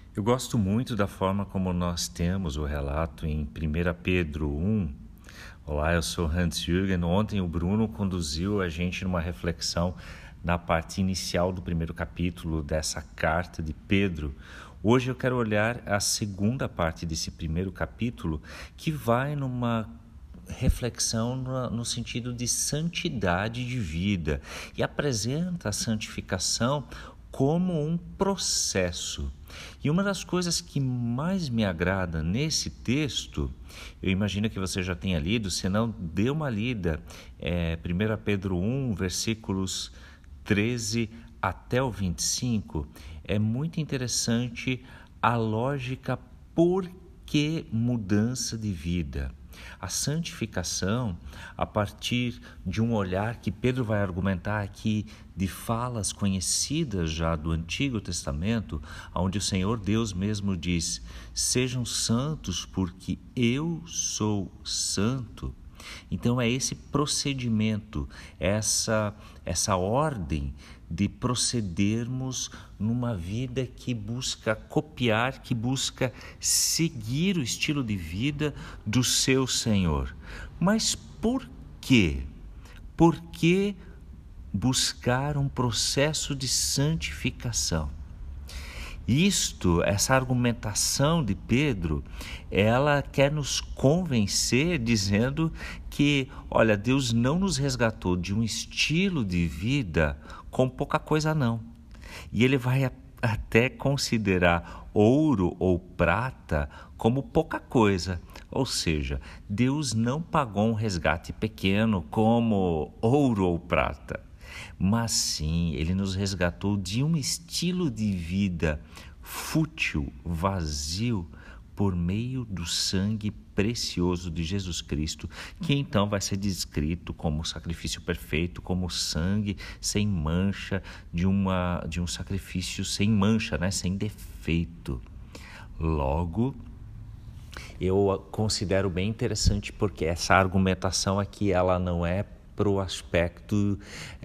Eu gosto muito da forma como nós temos o relato em 1 Pedro 1. Olá, eu sou Hans-Jürgen. Ontem o Bruno conduziu a gente numa reflexão na parte inicial do primeiro capítulo dessa carta de Pedro. Hoje eu quero olhar a segunda parte desse primeiro capítulo, que vai numa reflexão no sentido de santidade de vida e apresenta a santificação como um processo. E uma das coisas que mais me agrada nesse texto, eu imagino que você já tenha lido, se não, dê uma lida, 1 Pedro 1, versículos 13 até o 25, é muito interessante a lógica por que mudança de vida. A santificação, a partir de um olhar que Pedro vai argumentar aqui de falas conhecidas já do Antigo Testamento, onde o Senhor Deus mesmo diz: sejam santos porque eu sou santo. Então é esse procedimento, essa ordem de procedermos numa vida que busca copiar, que busca seguir o estilo de vida do seu Senhor. Mas por quê? Por que buscar um processo de santificação? Essa argumentação de Pedro, ela quer nos convencer dizendo que, olha, Deus não nos resgatou de um estilo de vida com pouca coisa não. E ele vai até considerar ouro ou prata como pouca coisa. Ou seja, Deus não pagou um resgate pequeno como ouro ou prata. Mas sim, ele nos resgatou de um estilo de vida fútil, vazio, por meio do sangue precioso de Jesus Cristo, que então vai ser descrito como sacrifício perfeito, como sangue sem mancha, de um sacrifício sem mancha, sem defeito. Logo, eu considero bem interessante porque essa argumentação aqui, ela não é para o aspecto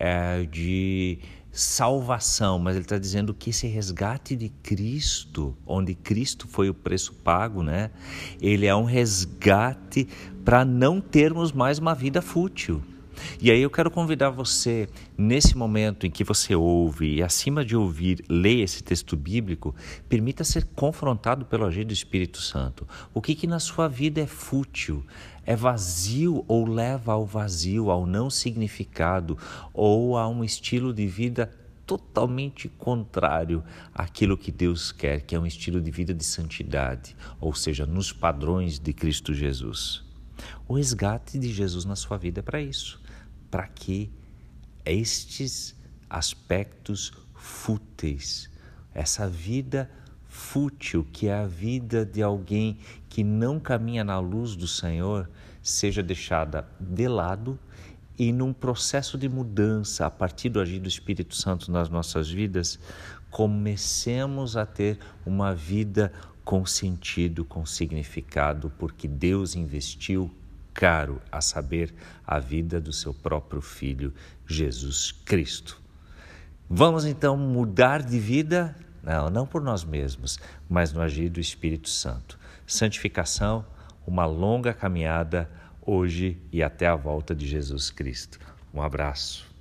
de salvação, mas ele está dizendo que esse resgate de Cristo, onde Cristo foi o preço pago, ele é um resgate para não termos mais uma vida fútil. E aí eu quero convidar você, nesse momento em que você ouve e acima de ouvir, leia esse texto bíblico, permita ser confrontado pelo agir do Espírito Santo. O que na sua vida é fútil, é vazio ou leva ao vazio, ao não significado ou a um estilo de vida totalmente contrário àquilo que Deus quer, que é um estilo de vida de santidade, ou seja, nos padrões de Cristo Jesus. O resgate de Jesus na sua vida é para isso, para que estes aspectos fúteis, essa vida fútil, que é a vida de alguém que não caminha na luz do Senhor, seja deixada de lado e num processo de mudança, a partir do agir do Espírito Santo nas nossas vidas, comecemos a ter uma vida com sentido, com significado, porque Deus investiu caro, a saber, a vida do seu próprio Filho, Jesus Cristo. Vamos então mudar de vida? Não por nós mesmos, mas no agir do Espírito Santo. Santificação, uma longa caminhada hoje e até a volta de Jesus Cristo. Um abraço.